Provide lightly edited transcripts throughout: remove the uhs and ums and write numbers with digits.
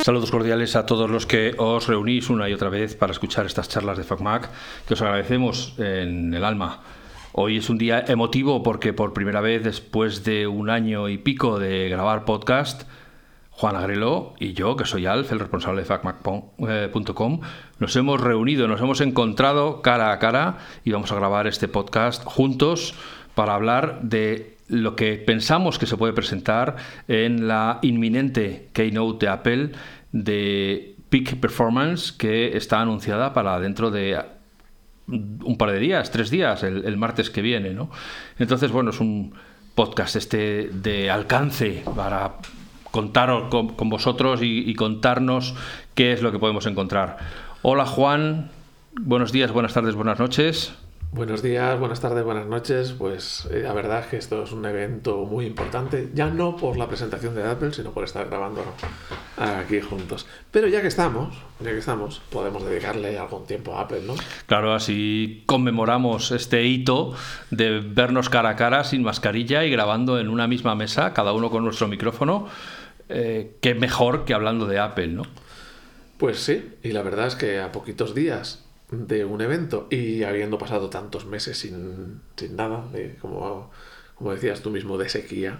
Saludos cordiales a todos los que os reunís una y otra vez para escuchar estas charlas de FacMac, que os agradecemos en el alma. Hoy es un día emotivo porque por primera vez después de un año y pico de grabar podcast, Juan Agreló y yo, que soy Alf, el responsable de FacMac.com, nos hemos reunido, nos hemos encontrado cara a cara y vamos a grabar este podcast juntos para hablar de lo que pensamos que se puede presentar en la inminente Keynote de Apple de Peak Performance, que está anunciada para dentro de un par de días, 3 días, el martes que viene, ¿no? Entonces, bueno, es un podcast de alcance para contaros con vosotros y contarnos qué es lo que podemos encontrar. Hola Juan, buenos días, buenas tardes, buenas noches. Buenos días, buenas tardes, buenas noches. Pues la verdad es que esto es un evento muy importante, ya no por la presentación de Apple, sino por estar grabando aquí juntos. Pero ya que estamos, podemos dedicarle algún tiempo a Apple, ¿no? Claro, así conmemoramos este hito de vernos cara a cara, sin mascarilla y grabando en una misma mesa, cada uno con nuestro micrófono. Qué mejor que hablando de Apple, ¿no? Pues sí, y la verdad es que a poquitos días de un evento y habiendo pasado tantos meses sin nada, como decías tú mismo, de sequía,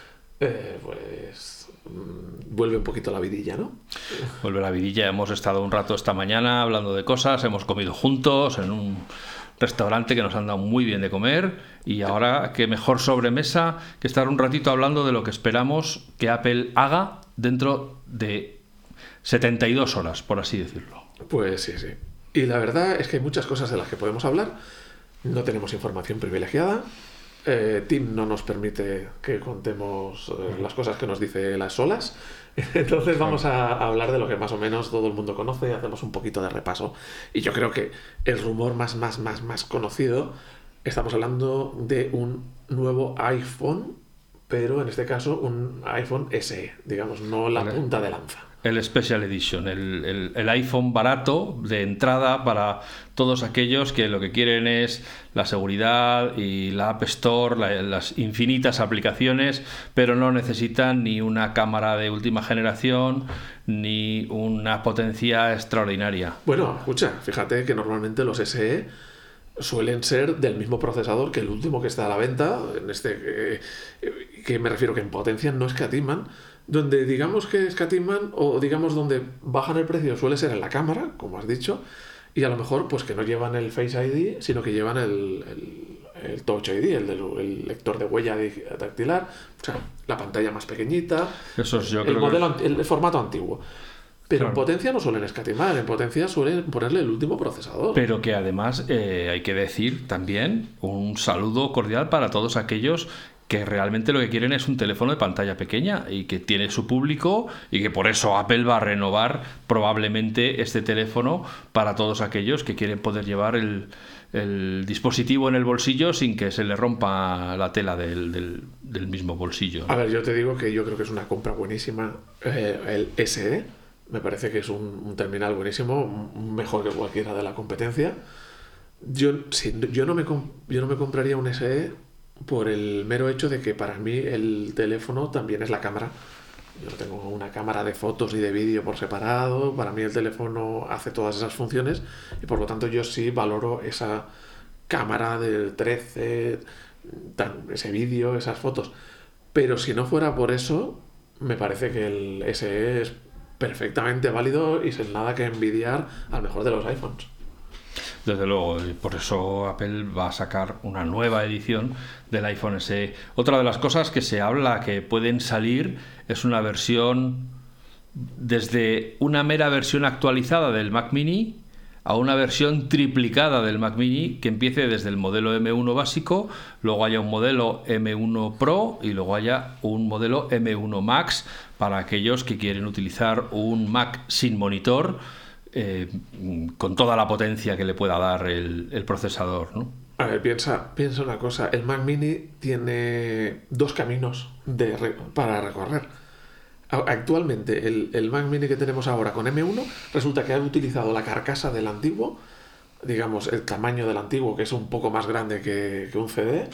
pues vuelve un poquito la vidilla, ¿no? Vuelve la vidilla. Hemos estado un rato esta mañana hablando de cosas, hemos comido juntos en un restaurante que nos han dado muy bien de comer, y ahora qué mejor sobremesa que estar un ratito hablando de lo que esperamos que Apple haga dentro de 72 horas, por así decirlo. Pues sí. Y la verdad es que hay muchas cosas de las que podemos hablar. No tenemos información privilegiada. Tim no nos permite que contemos las cosas que nos dice las solas. Entonces vamos a hablar de lo que más o menos todo el mundo conoce y hacemos un poquito de repaso. Y yo creo que el rumor más conocido, estamos hablando de un nuevo iPhone, pero en este caso un iPhone SE, digamos, no la punta de lanza. El Special Edition, el iPhone barato de entrada para todos aquellos que lo que quieren es la seguridad y la App Store, las infinitas aplicaciones, pero no necesitan ni una cámara de última generación ni una potencia extraordinaria. Bueno, escucha, fíjate que normalmente los SE suelen ser del mismo procesador que el último que está a la venta, que me refiero que en potencia no escatiman. Donde digamos que escatiman, o digamos donde bajan el precio, suele ser en la cámara, como has dicho, y a lo mejor pues que no llevan el Face ID, sino que llevan el Touch ID, el lector de huella dactilar, o sea, la pantalla más pequeñita, el formato antiguo. Pero claro, en potencia no suelen escatimar, en potencia suelen ponerle el último procesador. Pero que además hay que decir también un saludo cordial para todos aquellos que realmente lo que quieren es un teléfono de pantalla pequeña y que tiene su público, y que por eso Apple va a renovar probablemente este teléfono para todos aquellos que quieren poder llevar el dispositivo en el bolsillo sin que se le rompa la tela del mismo bolsillo, ¿no? A ver, yo te digo que yo creo que es una compra buenísima, el SE. Me parece que es un terminal buenísimo, mejor que cualquiera de la competencia. Yo no me compraría un SE por el mero hecho de que para mí el teléfono también es la cámara. Yo no tengo una cámara de fotos y de vídeo por separado. Para mí el teléfono hace todas esas funciones y por lo tanto yo sí valoro esa cámara del 13, ese vídeo, esas fotos. Pero si no fuera por eso, me parece que el SE es perfectamente válido y sin nada que envidiar al mejor de los iPhones. Desde luego, y por eso Apple va a sacar una nueva edición del iPhone SE. Otra de las cosas que se habla que pueden salir es una versión, desde una mera versión actualizada del Mac Mini a una versión triplicada del Mac Mini, que empiece desde el modelo M1 básico, luego haya un modelo M1 Pro y luego haya un modelo M1 Max para aquellos que quieren utilizar un Mac sin monitor, con toda la potencia que le pueda dar el procesador, ¿no? A ver, piensa una cosa. El Mac Mini tiene 2 caminos para recorrer. Actualmente, el Mac Mini que tenemos ahora con M1 resulta que ha utilizado la carcasa del antiguo, digamos, el tamaño del antiguo, que es un poco más grande que un CD,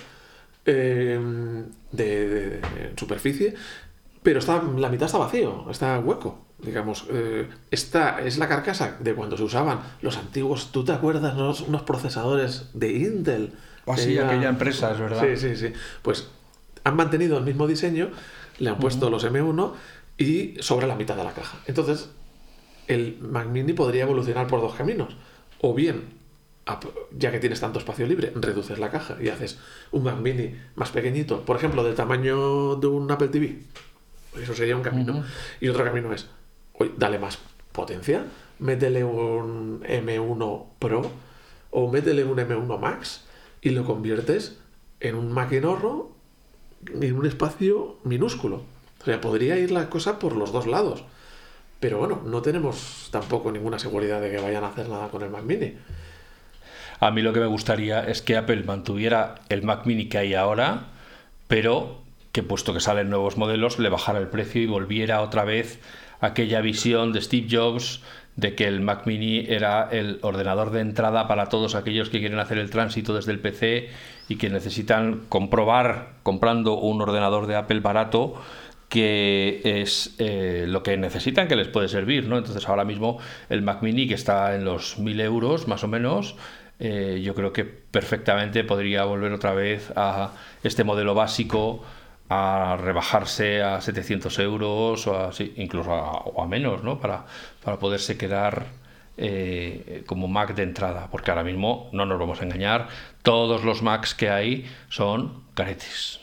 en superficie, pero la mitad está vacío, está hueco. digamos, esta es la carcasa de cuando se usaban los antiguos, ¿tú te acuerdas? Unos procesadores de Intel. Sí, aquella empresa, es verdad. Sí. Pues han mantenido el mismo diseño, le han puesto los M1 y sobra la mitad de la caja. Entonces, el Mac Mini podría evolucionar por dos caminos. O bien, ya que tienes tanto espacio libre, reduces la caja y haces un Mac Mini más pequeñito, por ejemplo, del tamaño de un Apple TV. Eso sería un camino. Y otro camino es, dale más potencia, métele un M1 Pro o métele un M1 Max y lo conviertes en un maquinorro en un espacio minúsculo. O sea, podría ir la cosa por los dos lados. Pero bueno, no tenemos tampoco ninguna seguridad de que vayan a hacer nada con el Mac Mini. A mí lo que me gustaría es que Apple mantuviera el Mac Mini que hay ahora, pero que puesto que salen nuevos modelos, le bajara el precio y volviera otra vez a aquella visión de Steve Jobs de que el Mac Mini era el ordenador de entrada para todos aquellos que quieren hacer el tránsito desde el PC y que necesitan comprobar, comprando un ordenador de Apple barato, que es lo que necesitan, que les puede servir, ¿no? Entonces ahora mismo el Mac Mini, que está en los 1.000 euros más o menos, yo creo que perfectamente podría volver otra vez a este modelo básico, a rebajarse a 700 euros o así, incluso o a menos, ¿no? Para poderse quedar como Mac de entrada, porque ahora mismo, no nos vamos a engañar, todos los Macs que hay son caretes,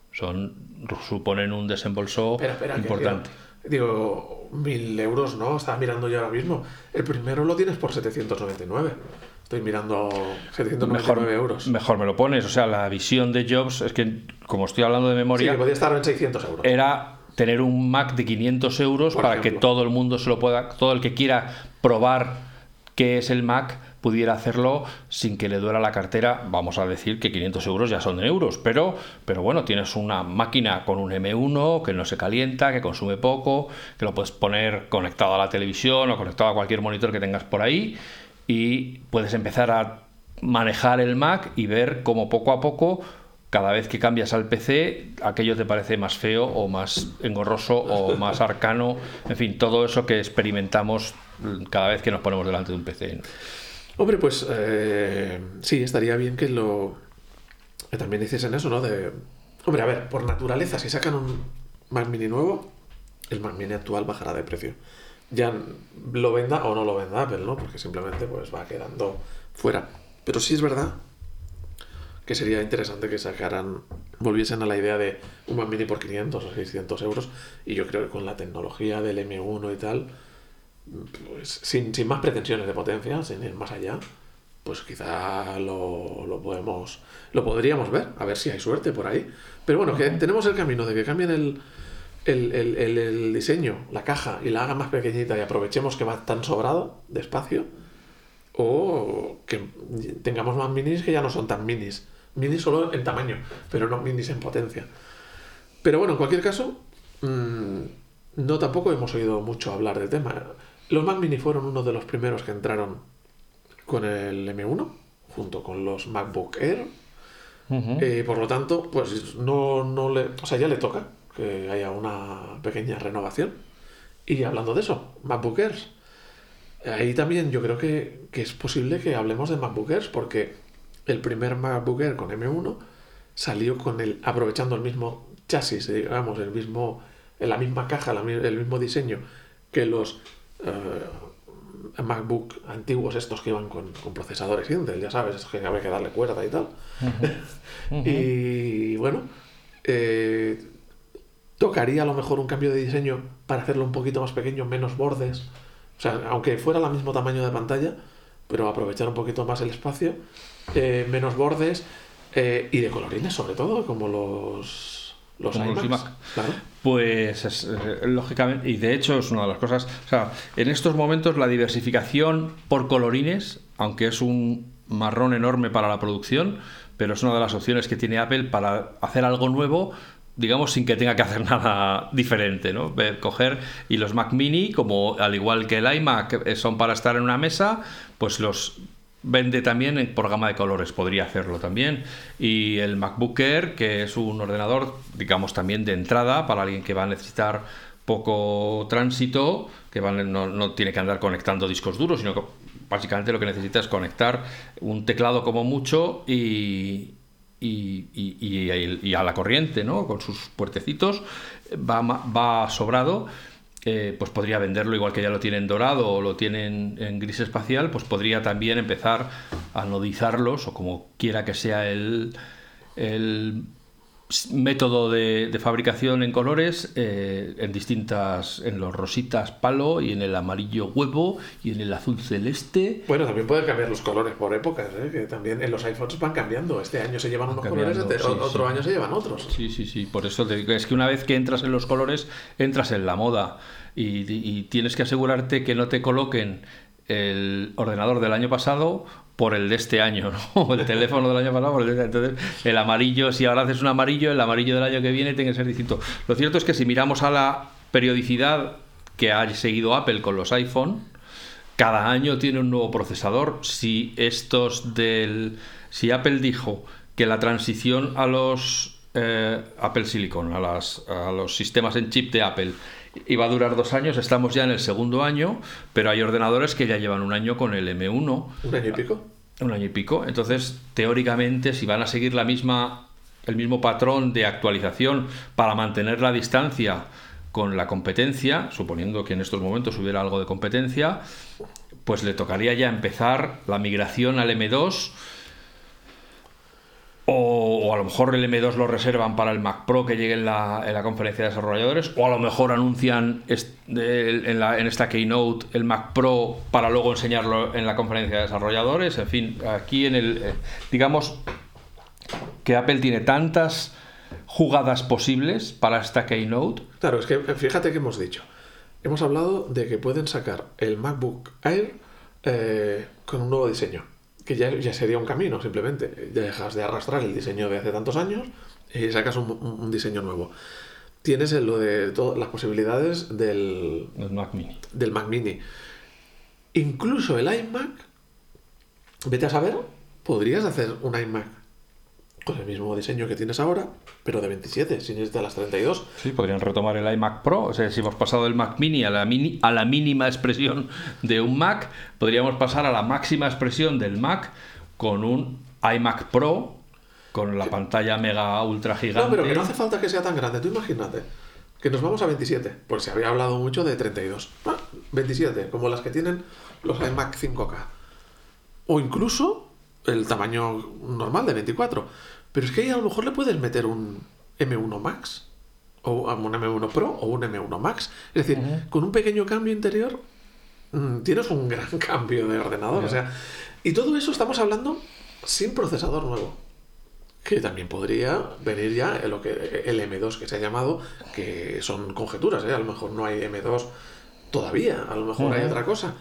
suponen un desembolso importante. Digo, 1.000 euros, ¿no? Estaba mirando yo ahora mismo. El primero lo tienes por 799. Estoy mirando 799 euros. Mejor me lo pones. O sea, la visión de Jobs es que, como estoy hablando de memoria, sí, que podía estar en 600 euros. Era tener un Mac de 500 euros por para ejemplo, que todo el mundo se lo pueda, todo el que quiera probar qué es el Mac, pudiera hacerlo sin que le duela la cartera. Vamos a decir que 500 euros ya son en euros, pero bueno, tienes una máquina con un M1 que no se calienta, que consume poco, que lo puedes poner conectado a la televisión o conectado a cualquier monitor que tengas por ahí, y puedes empezar a manejar el Mac y ver cómo poco a poco, cada vez que cambias al PC, aquello te parece más feo o más engorroso o más arcano, en fin, todo eso que experimentamos cada vez que nos ponemos delante de un PC, ¿no? Hombre, pues sí, estaría bien que también hiciesen eso, ¿no? Hombre, a ver, por naturaleza, si sacan un Mac Mini nuevo, el Mac Mini actual bajará de precio. Ya lo venda o no lo venda Apple, ¿no? Porque simplemente pues va quedando fuera. Pero sí es verdad que sería interesante que volviesen a la idea de un Mac Mini por 500 o 600 euros. Y yo creo que con la tecnología del M1 y tal, pues sin más pretensiones de potencia, sin ir más allá, pues quizá lo podríamos ver, a ver si hay suerte por ahí. Pero bueno, que tenemos el camino de que cambien el diseño, la caja, y la hagan más pequeñita y aprovechemos que va tan sobrado de espacio, o que tengamos más minis que ya no son tan minis solo en tamaño, pero no minis en potencia. Pero bueno, en cualquier caso, no tampoco hemos oído mucho hablar del tema. Los Mac Mini fueron uno de los primeros que entraron con el M1 junto con los MacBook Air. Por lo tanto, pues ya le toca que haya una pequeña renovación. Y hablando de eso, MacBook Airs, ahí también yo creo que es posible que hablemos de MacBook Airs, porque el primer MacBook Air con M1 salió aprovechando el mismo chasis, digamos, en la misma caja, el mismo diseño que los MacBook antiguos, estos que iban con procesadores Intel, ya sabes, estos que había que darle cuerda y tal. Y bueno, tocaría a lo mejor un cambio de diseño para hacerlo un poquito más pequeño, menos bordes. O sea, aunque fuera el mismo tamaño de pantalla, pero aprovechar un poquito más el espacio, menos bordes y de colorines sobre todo, como los iMacs. Claro. Pues lógicamente, y de hecho es una de las cosas, o sea, en estos momentos la diversificación por colorines, aunque es un marrón enorme para la producción, pero es una de las opciones que tiene Apple para hacer algo nuevo, digamos, sin que tenga que hacer nada diferente, ¿no? Coger, y los Mac Mini, como al igual que el iMac son para estar en una mesa, pues los vende también por gama de colores, podría hacerlo también. Y el MacBook Air, que es un ordenador, digamos, también de entrada para alguien que va a necesitar poco tránsito, que no tiene que andar conectando discos duros, sino que básicamente lo que necesita es conectar un teclado como mucho y a la corriente, ¿no? Con sus puertecitos, va sobrado. Pues podría venderlo igual que ya lo tienen dorado o lo tienen en gris espacial, pues podría también empezar a anodizarlos o como quiera que sea el método de fabricación en colores, en los rositas palo y en el amarillo huevo y en el azul celeste. Bueno, también pueden cambiar los colores por épocas, que también en los iPhones van cambiando. Este año se llevan unos colores, otro año se llevan otros. Sí. Por eso te digo, es que una vez que entras en los colores, entras en la moda y tienes que asegurarte que no te coloquen el ordenador del año pasado por el de este año, ¿no? O el teléfono del año pasado por el de este año. Entonces, el amarillo, si ahora haces un amarillo, el amarillo del año que viene tiene que ser distinto. Lo cierto es que si miramos a la periodicidad que ha seguido Apple con los iPhone, cada año tiene un nuevo procesador. Si Apple dijo que la transición a los Apple Silicon, a los sistemas en chip de Apple, iba a durar 2 años, estamos ya en el segundo año, pero hay ordenadores que ya llevan un año con el M1. ¿Un año y pico? Un año y pico. Entonces, teóricamente, si van a seguir el mismo patrón de actualización para mantener la distancia con la competencia, suponiendo que en estos momentos hubiera algo de competencia, pues le tocaría ya empezar la migración al M2. O a lo mejor el M2 lo reservan para el Mac Pro que llegue en la conferencia de desarrolladores, o a lo mejor anuncian en esta Keynote el Mac Pro para luego enseñarlo en la conferencia de desarrolladores. En fin, aquí digamos que Apple tiene tantas jugadas posibles para esta Keynote. Claro, es que fíjate que hemos dicho. Hemos hablado de que pueden sacar el MacBook Air con un nuevo diseño. Que ya sería un camino, simplemente. Ya dejas de arrastrar el diseño de hace tantos años y sacas un diseño nuevo. Tienes lo de todas las posibilidades del Mac Mini. Del Mac Mini. Incluso el iMac, vete a saber, podrías hacer un iMac con el mismo diseño que tienes ahora, pero de 27, sin irte a las 32. Sí, podrían retomar el iMac Pro. O sea, si hemos pasado del Mac Mini a la mínima expresión de un Mac, podríamos pasar a la máxima expresión del Mac con un iMac Pro, con la pantalla mega ultra gigante. No, pero que no hace falta que sea tan grande. Tú imagínate que nos vamos a 27, porque se había hablado mucho de 32. 27, como las que tienen los iMac 5K. O incluso el tamaño normal de 24. Pero es que ahí a lo mejor le puedes meter un M1 Max, o un M1 Pro, o un M1 Max. Es decir, con un pequeño cambio interior tienes un gran cambio de ordenador. O sea, y todo eso estamos hablando sin procesador nuevo. Que también podría venir ya el M2 que se ha llamado, que son conjeturas, a lo mejor no hay M2 todavía, a lo mejor hay otra cosa.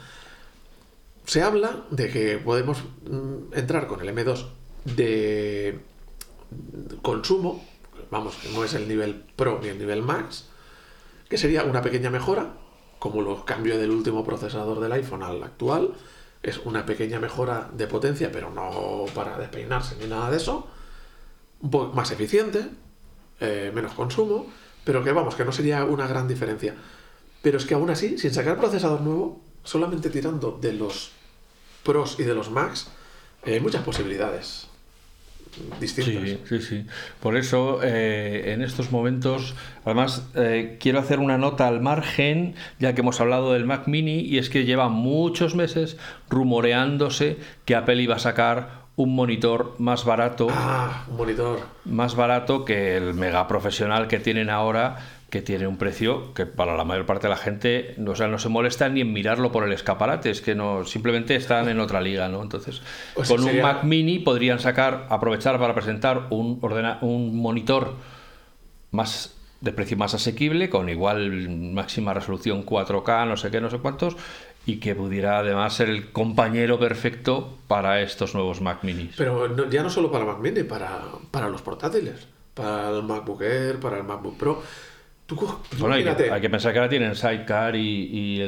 Se habla de que podemos entrar con el M2 de consumo, vamos, que no es el nivel Pro ni el nivel Max, que sería una pequeña mejora, como los cambios del último procesador del iPhone al actual, es una pequeña mejora de potencia, pero no para despeinarse ni nada de eso, un poco más eficiente, menos consumo, pero que vamos, que no sería una gran diferencia. Pero es que aún así, sin sacar procesador nuevo, solamente tirando de los Pros y de los Max, hay muchas posibilidades distintas. Sí. Por eso, en estos momentos, además, quiero hacer una nota al margen, ya que hemos hablado del Mac Mini, y es que lleva muchos meses rumoreándose que Apple iba a sacar un monitor más barato. Un monitor. Más barato que el mega profesional que tienen ahora, que tiene un precio que para la mayor parte de la gente, o sea, no se molesta ni en mirarlo por el escaparate, es que no, simplemente están en otra liga, ¿no? Entonces, con un Mac Mini podrían aprovechar para presentar un monitor más de precio más asequible, con igual máxima resolución 4K, no sé qué, no sé cuántos, y que pudiera además ser el compañero perfecto para estos nuevos Mac Minis. Pero ya no solo para Mac Mini, para los portátiles, para el MacBook Air, para el MacBook Pro. Bueno, hay que pensar que ahora tienen Sidecar y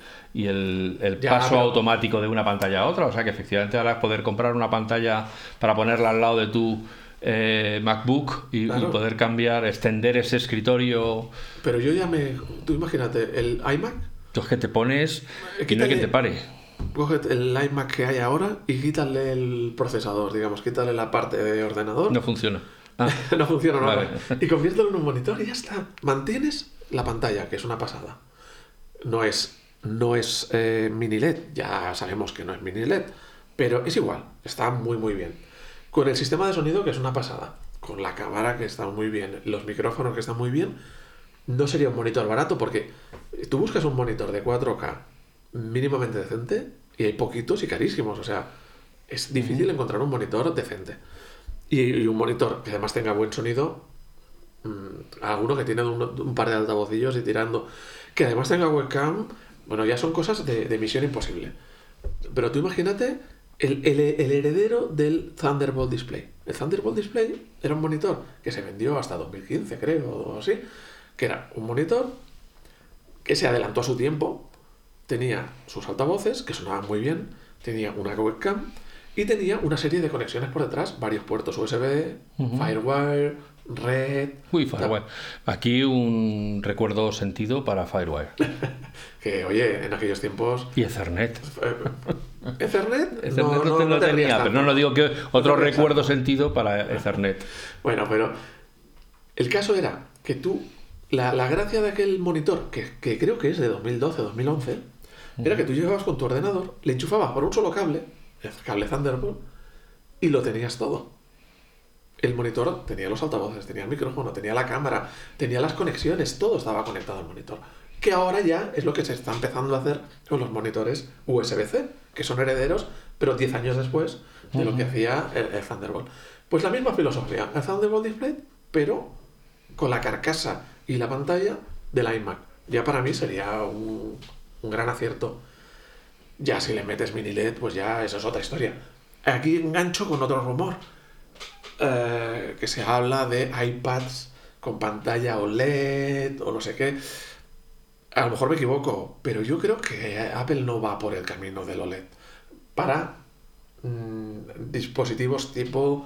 el paso automático de una pantalla a otra, o sea que efectivamente ahora poder comprar una pantalla para ponerla al lado de tu MacBook y poder cambiar, extender ese escritorio. Pero yo ya tú imagínate, el iMac... Tú es que te pones y no hay quien te pare. Coge el iMac que hay ahora y quítale el procesador, digamos, quítale la parte de ordenador. No funciona. No funciona nada. Vale. Y conviértelo en un monitor y ya está. Mantienes la pantalla, que es una pasada. No es mini LED, ya sabemos que no es mini LED, pero es igual, está muy muy bien. Con el sistema de sonido, que es una pasada, con la cámara, que está muy bien, los micrófonos, que están muy bien, no sería un monitor barato, porque tú buscas un monitor de 4K mínimamente decente y hay poquitos y carísimos, o sea, es difícil encontrar un monitor decente. Y un monitor que además tenga buen sonido, alguno que tiene un par de altavocillos y tirando, que además tenga webcam, bueno, ya son cosas de misión imposible. Pero tú imagínate el heredero del Thunderbolt Display. El Thunderbolt Display era un monitor que se vendió hasta 2015, creo, o así, que era un monitor que se adelantó a su tiempo, tenía sus altavoces, que sonaban muy bien, tenía una webcam y tenía una serie de conexiones por detrás, varios puertos USB, Firewire, Red... Uy, Firewire. Aquí un recuerdo sentido para Firewire. Que, oye, en aquellos tiempos... Y Ethernet. ¿Ethernet? Ethernet no lo tenía, pero no lo digo que otro recuerdo sentido para Ethernet. Bueno, pero el caso era que tú... La gracia de aquel monitor, que creo que es de 2012-2011, era que tú llegabas con tu ordenador, le enchufabas por un solo cable, el cable Thunderbolt, y lo tenías todo. El monitor tenía los altavoces, tenía el micrófono, tenía la cámara, tenía las conexiones, todo estaba conectado al monitor. Que ahora ya es lo que se está empezando a hacer con los monitores USB-C, que son herederos, pero 10 años después de lo que hacía el Thunderbolt. Pues la misma filosofía, el Thunderbolt Display, pero con la carcasa y la pantalla del iMac. Ya para mí sería un gran acierto. Ya si le metes mini LED, pues ya eso es otra historia. Aquí engancho con otro rumor, que se habla de iPads con pantalla OLED o no sé qué. A lo mejor me equivoco, pero yo creo que Apple no va por el camino del OLED para dispositivos tipo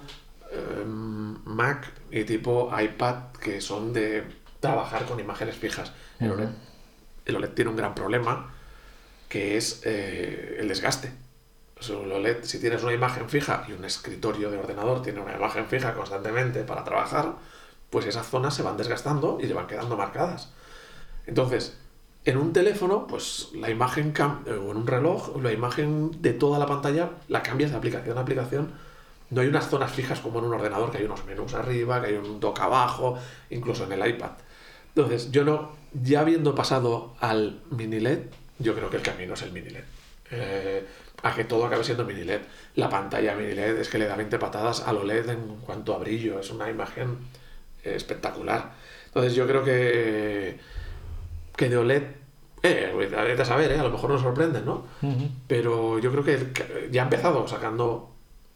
Mac y tipo iPad, que son de trabajar con imágenes fijas. El OLED tiene un gran problema, que es el desgaste. El OLED, si tienes una imagen fija y un escritorio de ordenador tiene una imagen fija constantemente para trabajar, pues esas zonas se van desgastando y le van quedando marcadas. Entonces, en un teléfono, pues la imagen o en un reloj, la imagen de toda la pantalla la cambias de aplicación a aplicación. No hay unas zonas fijas como en un ordenador, que hay unos menús arriba, que hay un dock abajo, incluso en el iPad. Entonces, ya habiendo pasado al mini LED, yo creo que el camino es el mini LED. A que todo acabe siendo mini LED. La pantalla mini LED es que le da 20 patadas al OLED en cuanto a brillo. Es una imagen espectacular. Entonces, yo creo que de OLED, a saber, a lo mejor nos sorprenden, ¿no? Pero yo creo que ya ha empezado sacando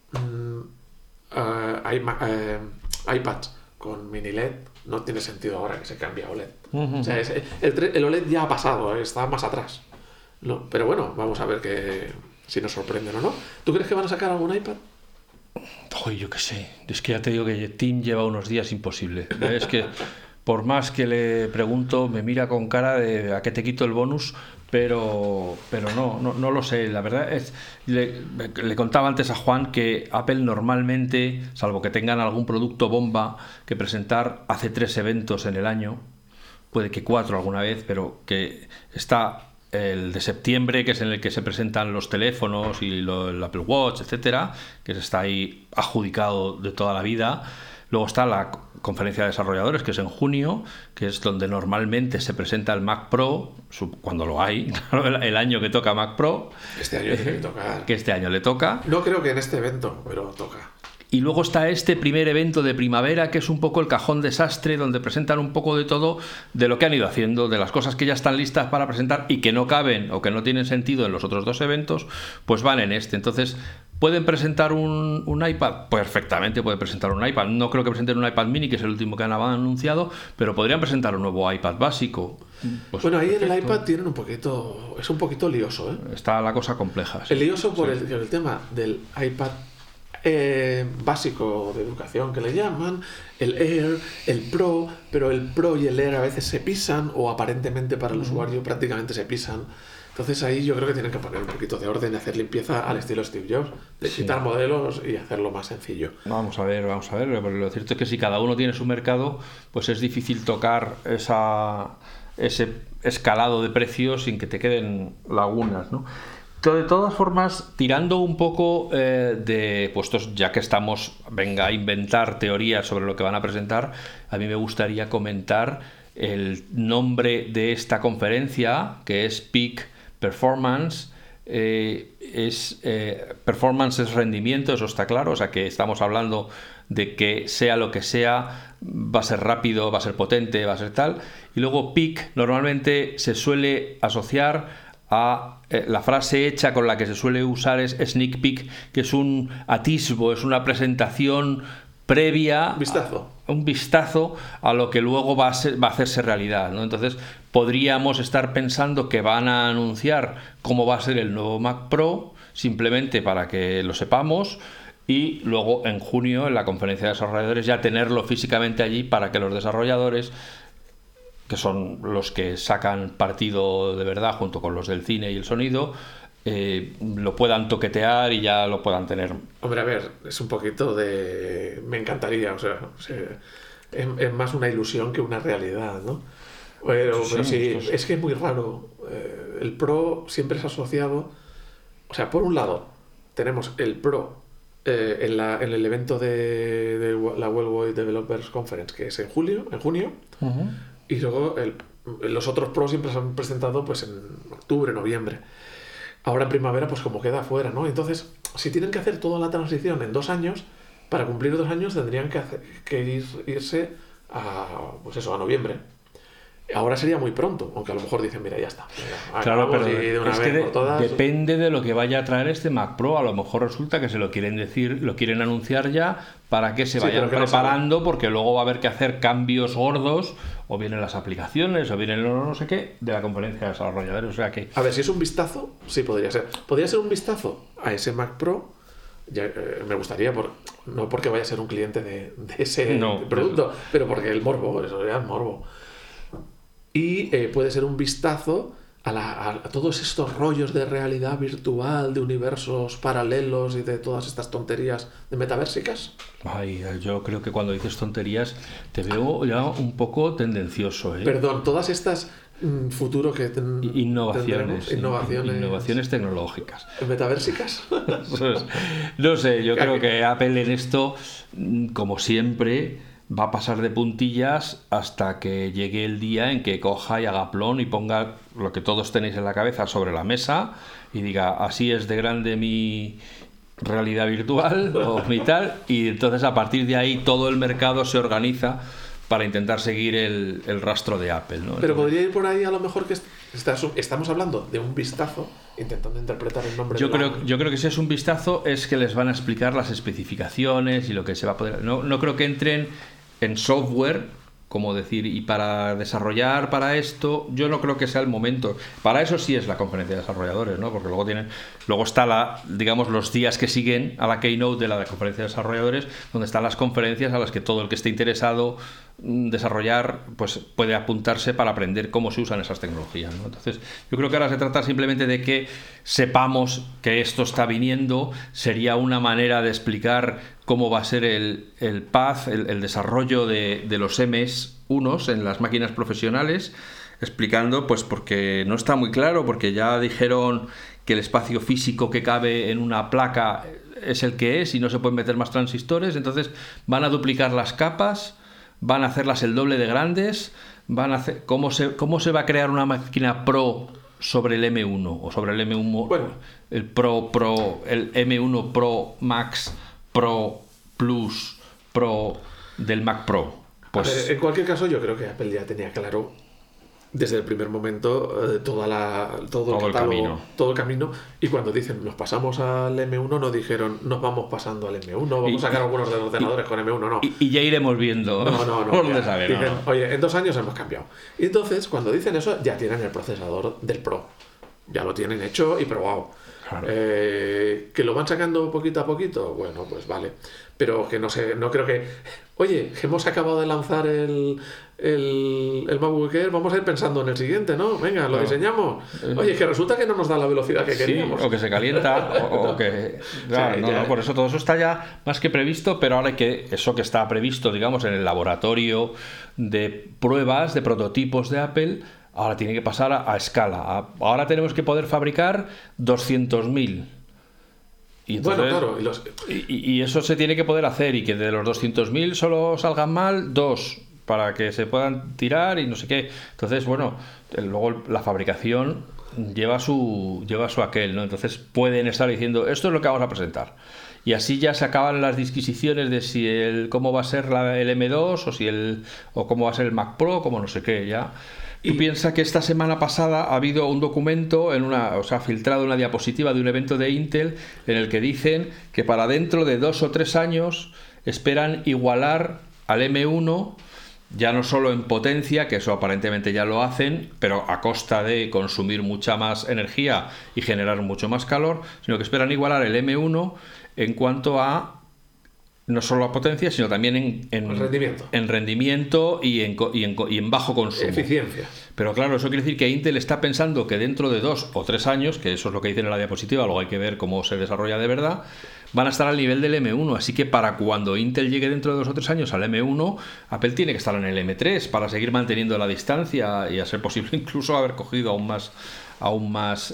iPads con mini LED. No tiene sentido ahora que se cambie a OLED. O sea, el OLED ya ha pasado, está más atrás. No, pero bueno, vamos a ver si nos sorprenden o no. ¿Tú crees que van a sacar algún iPad? Uy, yo qué sé. Es que ya te digo que Tim lleva unos días imposible. Es que por más que le pregunto, me mira con cara de a que te quito el bonus, pero no lo sé. La verdad es, le contaba antes a Juan que Apple normalmente, salvo que tengan algún producto bomba que presentar, hace 3 eventos en el año, puede que 4 alguna vez, pero que está el de septiembre, que es en el que se presentan los teléfonos y el Apple Watch, etcétera, que está ahí adjudicado de toda la vida. Luego está la conferencia de desarrolladores, que es en junio, que es donde normalmente se presenta el Mac Pro, cuando lo hay, el año que toca Mac Pro. Este año tiene que tocar. Que este año le toca. No creo que en este evento, pero toca. Y luego está este primer evento de primavera, que es un poco el cajón desastre, donde presentan un poco de todo, de lo que han ido haciendo, de las cosas que ya están listas para presentar y que no caben o que no tienen sentido en los otros 2 eventos, pues van en este. Entonces, ¿pueden presentar un iPad? Perfectamente pueden presentar un iPad. No creo que presenten un iPad mini, que es el último que han anunciado, pero podrían presentar un nuevo iPad básico. Pues bueno, ahí en el iPad tienen es un poquito lioso, ¿eh? Está la cosa compleja. Sí. El lioso por el tema del iPad básico de educación que le llaman, el Air, el Pro, pero el Pro y el Air a veces se pisan o aparentemente para el usuario prácticamente se pisan. Entonces ahí yo creo que tienen que poner un poquito de orden y hacer limpieza al estilo Steve Jobs, de quitar modelos y hacerlo más sencillo. Vamos a ver, porque lo cierto es que si cada uno tiene su mercado, pues es difícil tocar ese escalado de precios sin que te queden lagunas, ¿no? De todas formas, tirando un poco de puestos, ya que estamos, venga a inventar teorías sobre lo que van a presentar, a mí me gustaría comentar el nombre de esta conferencia, que es Peak Performance. Performance es rendimiento, eso está claro, o sea que estamos hablando de que sea lo que sea, va a ser rápido, va a ser potente, va a ser tal. Y luego Peak normalmente se suele asociar a la frase hecha con la que se suele usar es sneak peek, que es un atisbo, es una presentación previa, un vistazo a lo que luego va a hacerse realidad, ¿no? Entonces podríamos estar pensando que van a anunciar cómo va a ser el nuevo Mac Pro, simplemente para que lo sepamos, y luego en junio en la conferencia de desarrolladores ya tenerlo físicamente allí para que los desarrolladores, que son los que sacan partido de verdad junto con los del cine y el sonido, lo puedan toquetear y ya lo puedan tener. Hombre, a ver, es un poquito de... Me encantaría, o sea es más una ilusión que una realidad, ¿no? Pero sí, es que es muy raro. El Pro siempre es asociado... O sea, por un lado, tenemos el Pro en el evento de la Worldwide Developers Conference, que es en junio, Uh-huh. Y luego los otros Pro siempre se han presentado pues en octubre, noviembre. Ahora en primavera pues como queda afuera, ¿no? Entonces, si tienen que hacer toda la transición en 2 años, para cumplir 2 años tendrían que irse a, pues eso, a noviembre. Ahora sería muy pronto, aunque a lo mejor dicen, mira, ya está. Claro, pero de una es vez que por todas. depende de lo que vaya a traer este Mac Pro. A lo mejor resulta que se lo quieren decir, lo quieren anunciar ya para que se vayan preparando, porque luego va a haber que hacer cambios gordos, o vienen las aplicaciones, o vienen no sé qué, de la conferencia de desarrolladores. O sea que... A ver, si es un vistazo, sí podría ser. Podría ser un vistazo a ese Mac Pro. Ya, me gustaría, no porque vaya a ser un cliente de ese producto, pero porque el morbo, eso ya es morbo. Y puede ser un vistazo a todos estos rollos de realidad virtual, de universos paralelos y de todas estas tonterías de metaversicas. Ay, yo creo que cuando dices tonterías te veo ya un poco tendencioso, ¿eh? Perdón, todas estas futuro que innovaciones tecnológicas. ¿Metaversicas? No sé, yo creo que Apple en esto, como siempre, va a pasar de puntillas hasta que llegue el día en que coja y haga plon y ponga lo que todos tenéis en la cabeza sobre la mesa y diga, así es de grande mi realidad virtual o mi tal, y entonces a partir de ahí todo el mercado se organiza para intentar seguir el rastro de Apple, ¿no? Pero podría ir por ahí a lo mejor que estamos hablando de un vistazo, intentando interpretar el nombre. Yo creo que si es un vistazo es que les van a explicar las especificaciones y lo que se va a poder... No creo que entren en software, como decir, y para desarrollar para esto, yo no creo que sea el momento. Para eso sí es la conferencia de desarrolladores, ¿no? Porque luego está digamos, los días que siguen a la keynote de la conferencia de desarrolladores, donde están las conferencias a las que todo el que esté interesado desarrollar, pues puede apuntarse para aprender cómo se usan esas tecnologías, ¿no? Entonces, yo creo que ahora se trata simplemente de que sepamos que esto está viniendo. Sería una manera de explicar cómo va a ser el path, el desarrollo de los MS1 en las máquinas profesionales, explicando, pues porque no está muy claro, porque ya dijeron que el espacio físico que cabe en una placa es el que es y no se pueden meter más transistores, entonces van a duplicar las capas, van a hacerlas el doble de grandes, van a hacer ¿cómo se va a crear una máquina Pro sobre el M1 o sobre el M1, bueno, el Pro, el M1 Pro Max, Pro Plus, Pro del Mac Pro? Pues a ver, en cualquier caso yo creo que Apple ya tenía claro desde el primer momento todo el camino, y cuando dicen nos pasamos al M1 no dijeron nos vamos pasando al M1, vamos a sacar algunos de los ordenadores con M1, no. Y ya iremos viendo. No. Dicen, oye, en 2 años hemos cambiado. Y entonces cuando dicen eso ya tienen el procesador del Pro, ya lo tienen hecho y probado. Claro. Que lo van sacando poquito a poquito, bueno, pues vale. Pero que no sé, no creo que... Oye, que hemos acabado de lanzar el MacBook Air, vamos a ir pensando en el siguiente, ¿no? Venga, lo diseñamos. Oye, que resulta que no nos da la velocidad que queríamos. Sí, o que se calienta, o que... Claro, Sí, no, por eso todo eso está ya más que previsto, pero ahora hay que eso que está previsto, digamos, en el laboratorio de pruebas, de prototipos de Apple, ahora tiene que pasar a escala. Ahora tenemos que poder fabricar 200.000. Y entonces, Bueno, claro. y eso se tiene que poder hacer, y que de los 200.000 solo salgan mal 2, para que se puedan tirar y no sé qué. Entonces, bueno, luego la fabricación lleva su aquel, ¿no? Entonces pueden estar diciendo, esto es lo que vamos a presentar. Y así ya se acaban las disquisiciones de si cómo va a ser el M2 o cómo va a ser el Mac Pro, como no sé qué, ya. Tú piensas que esta semana pasada ha habido un documento, filtrado una diapositiva de un evento de Intel en el que dicen que para dentro de 2 o 3 años esperan igualar al M1, ya no solo en potencia, que eso aparentemente ya lo hacen, pero a costa de consumir mucha más energía y generar mucho más calor, sino que esperan igualar el M1 en cuanto a no solo a potencia, sino también en rendimiento y en bajo consumo. Eficiencia. Pero claro, eso quiere decir que Intel está pensando que dentro de 2 o 3 años, que eso es lo que dicen en la diapositiva, luego hay que ver cómo se desarrolla de verdad, van a estar al nivel del M1. Así que para cuando Intel llegue dentro de 2 o 3 años al M1, Apple tiene que estar en el M3 para seguir manteniendo la distancia y, a ser posible, incluso haber cogido aún más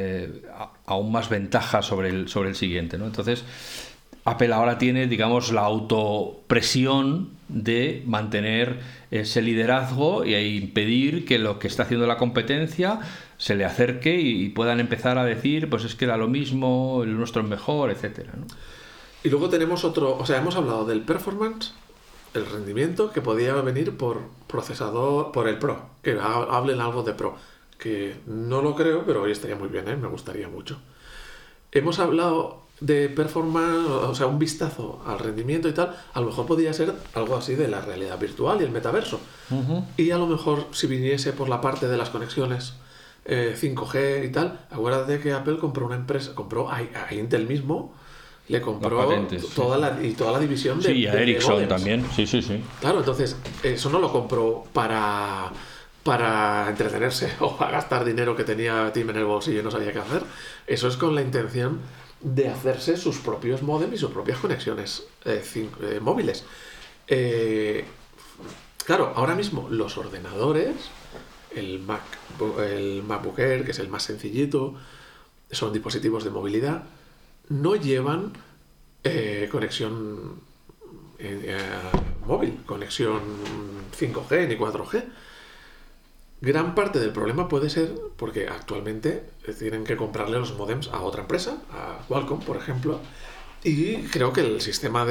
ventaja sobre el siguiente, ¿no? Entonces, Apple ahora tiene, digamos, la autopresión de mantener ese liderazgo e impedir que lo que está haciendo la competencia se le acerque y puedan empezar a decir, pues es que da lo mismo, el nuestro es mejor, etcétera, ¿no? Y luego tenemos hemos hablado del performance, el rendimiento, que podía venir por procesador, por el Pro, que hablen algo de Pro, que no lo creo, pero hoy estaría muy bien, me gustaría mucho. Hemos hablado de performance, un vistazo al rendimiento y tal, a lo mejor podría ser algo así de la realidad virtual y el metaverso. Y a lo mejor si viniese por la parte de las conexiones 5G y tal, acuérdate que Apple compró a Intel mismo, le compró patentes, toda la división de... Sí, y a Ericsson también, sí. Claro, entonces eso no lo compró para entretenerse o para gastar dinero que tenía Tim en el bolsillo y no sabía qué hacer. Eso es con la intención de hacerse sus propios modems y sus propias conexiones móviles. Claro, ahora mismo los ordenadores, el MacBook Air, que es el más sencillito, son dispositivos de movilidad, no llevan conexión móvil, conexión 5G ni 4G. Gran parte del problema puede ser porque actualmente tienen que comprarle los modems a otra empresa, a Qualcomm, por ejemplo, y creo que el sistema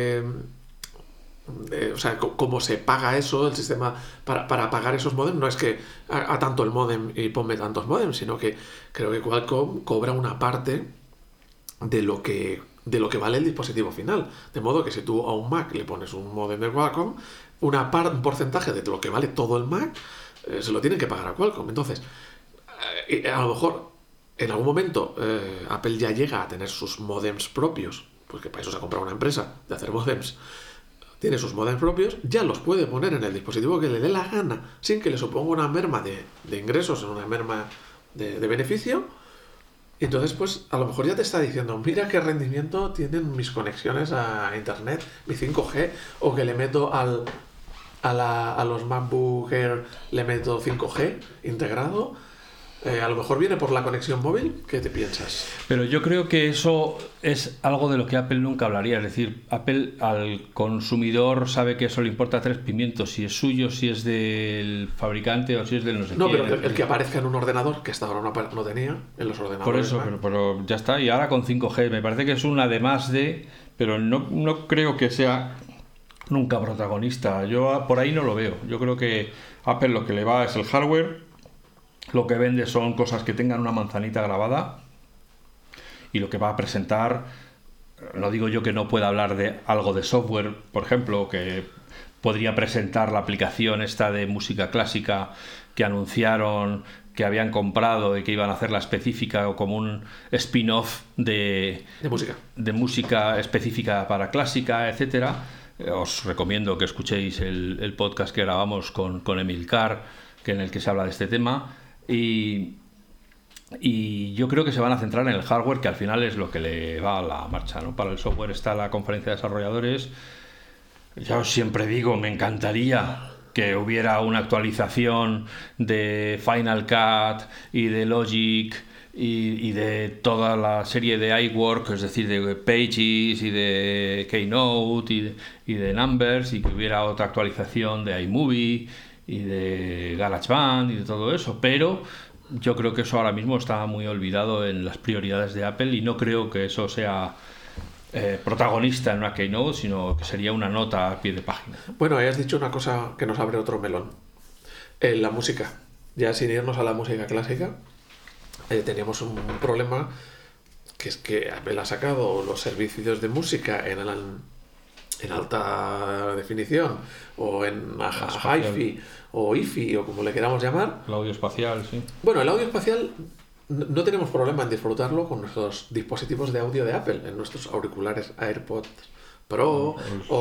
cómo se paga eso, el sistema para pagar esos modems, no es que a tanto el modem y ponme tantos modems, sino que creo que Qualcomm cobra una parte de lo que vale el dispositivo final. De modo que si tú a un Mac le pones un modem de Qualcomm, un porcentaje de lo que vale todo el Mac se lo tienen que pagar a Qualcomm. Entonces, a lo mejor en algún momento Apple ya llega a tener sus modems propios, porque para eso se ha comprado una empresa de hacer modems. Tiene sus modems propios, ya los puede poner en el dispositivo que le dé la gana, sin que le suponga una merma de ingresos, una merma de beneficio. Y entonces, pues, a lo mejor ya te está diciendo, mira qué rendimiento tienen mis conexiones a internet, mi 5G, o que le meto a los MacBook Air, le meto 5G integrado. A lo mejor viene por la conexión móvil. ¿Qué te piensas? Pero yo creo que eso es algo de lo que Apple nunca hablaría. Es decir, Apple al consumidor sabe que eso le importa 3 pimientos, si es suyo, si es del fabricante o si es del no sé No, quién. pero el que aparezca en un ordenador, que hasta ahora no tenía en los ordenadores. Por eso, pero ya está. Y ahora con 5G me parece que es un además de... Pero no creo que sea nunca protagonista. Yo por ahí no lo veo. Yo creo que Apple lo que le va es el hardware. Lo que vende son cosas que tengan una manzanita grabada, y lo que va a presentar, no digo yo que no pueda hablar de algo de software, por ejemplo, que podría presentar la aplicación esta de música clásica que anunciaron que habían comprado y que iban a hacerla específica o como un spin-off de música específica para clásica, etcétera. Os recomiendo que escuchéis el podcast que grabamos con Emilcar, en el que se habla de este tema, y yo creo que se van a centrar en el hardware, que al final es lo que le va a la marcha, ¿no? Para el software está la conferencia de desarrolladores. Ya os siempre digo, me encantaría que hubiera una actualización de Final Cut y de Logic y de toda la serie de iWork, es decir, de Pages y de Keynote y de Numbers, y que hubiera otra actualización de iMovie y de GarageBand y de todo eso, pero yo creo que eso ahora mismo está muy olvidado en las prioridades de Apple, y no creo que eso sea protagonista en una Keynote, sino que sería una nota a pie de página. Bueno, ahí has dicho una cosa que nos abre otro melón. La música. Ya sin irnos a la música clásica, teníamos un problema, que es que Apple ha sacado los servicios de música en alta definición, o en hi-fi, o hi-fi, o como le queramos llamar. El audio espacial, sí. Bueno, el audio espacial no tenemos problema en disfrutarlo con nuestros dispositivos de audio de Apple, en nuestros auriculares AirPods Pro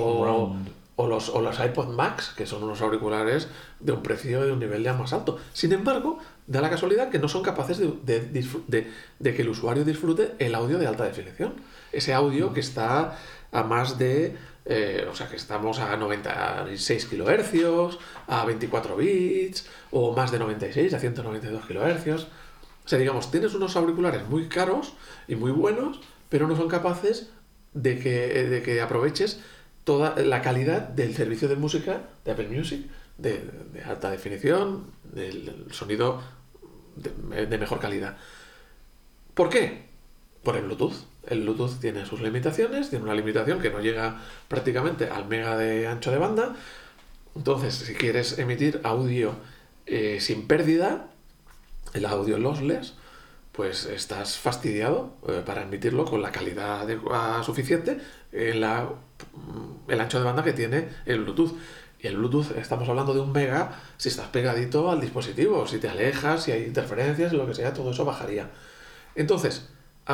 o los iPod Max, que son unos auriculares de un precio y de un nivel ya más alto. Sin embargo, da la casualidad que no son capaces de que el usuario disfrute el audio de alta definición. Ese audio que está a más de... o sea, que estamos a 96 kHz, a 24 bits, o más de 96 a 192 kHz. O sea, digamos, tienes unos auriculares muy caros y muy buenos, pero no son capaces de que aproveches toda la calidad del servicio de música de Apple Music, de alta definición, del sonido de mejor calidad. ¿Por qué? Por el Bluetooth. El Bluetooth tiene sus limitaciones, tiene una limitación que no llega prácticamente al mega de ancho de banda. Entonces, si quieres emitir audio sin pérdida, el audio lossless, pues estás fastidiado para emitirlo con la calidad suficiente en el ancho de banda que tiene el Bluetooth. Y el Bluetooth, estamos hablando de 1 mega si estás pegadito al dispositivo. Si te alejas, si hay interferencias, lo que sea, todo eso bajaría. Entonces,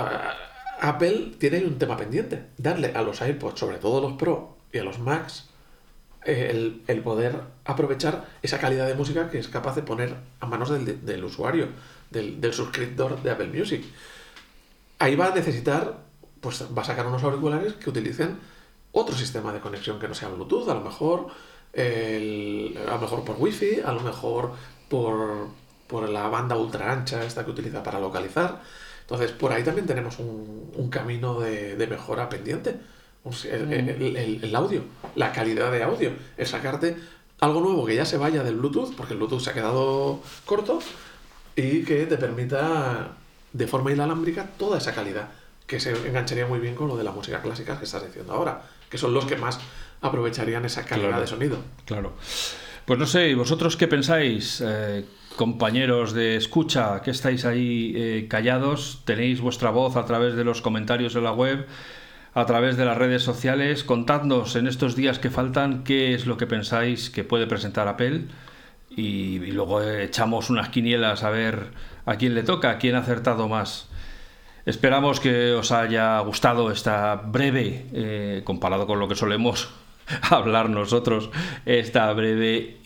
Apple tiene un tema pendiente: darle a los iPods, sobre todo los Pro y a los Max, el poder aprovechar esa calidad de música que es capaz de poner a manos del usuario, del suscriptor de Apple Music. Ahí va a necesitar, pues va a sacar unos auriculares que utilicen otro sistema de conexión que no sea Bluetooth, a lo mejor por Wi-Fi, a lo mejor por la banda ultra ancha esta que utiliza para localizar. Entonces, por ahí también tenemos un camino de mejora pendiente. El audio, la calidad de audio, el sacarte algo nuevo que ya se vaya del Bluetooth, porque el Bluetooth se ha quedado corto, y que te permita de forma inalámbrica toda esa calidad, que se engancharía muy bien con lo de la música clásica que estás diciendo ahora, que son los que más aprovecharían esa calidad de sonido. Claro. Pues no sé, ¿vosotros qué pensáis? Compañeros de escucha, que estáis ahí callados, tenéis vuestra voz a través de los comentarios de la web, a través de las redes sociales. Contadnos en estos días que faltan qué es lo que pensáis que puede presentar Apple, y luego echamos unas quinielas a ver a quién le toca, a quién ha acertado más. Esperamos que os haya gustado esta breve, comparado con lo que solemos hablar nosotros, esta breve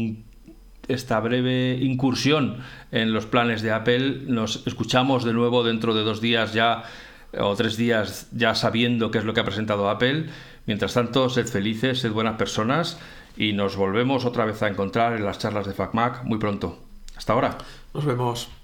incursión en los planes de Apple. Nos escuchamos de nuevo dentro de 2 días ya, o 3 días ya, sabiendo qué es lo que ha presentado Apple. Mientras tanto, sed felices, sed buenas personas, y nos volvemos otra vez a encontrar en las charlas de FacMac muy pronto. Hasta ahora. Nos vemos.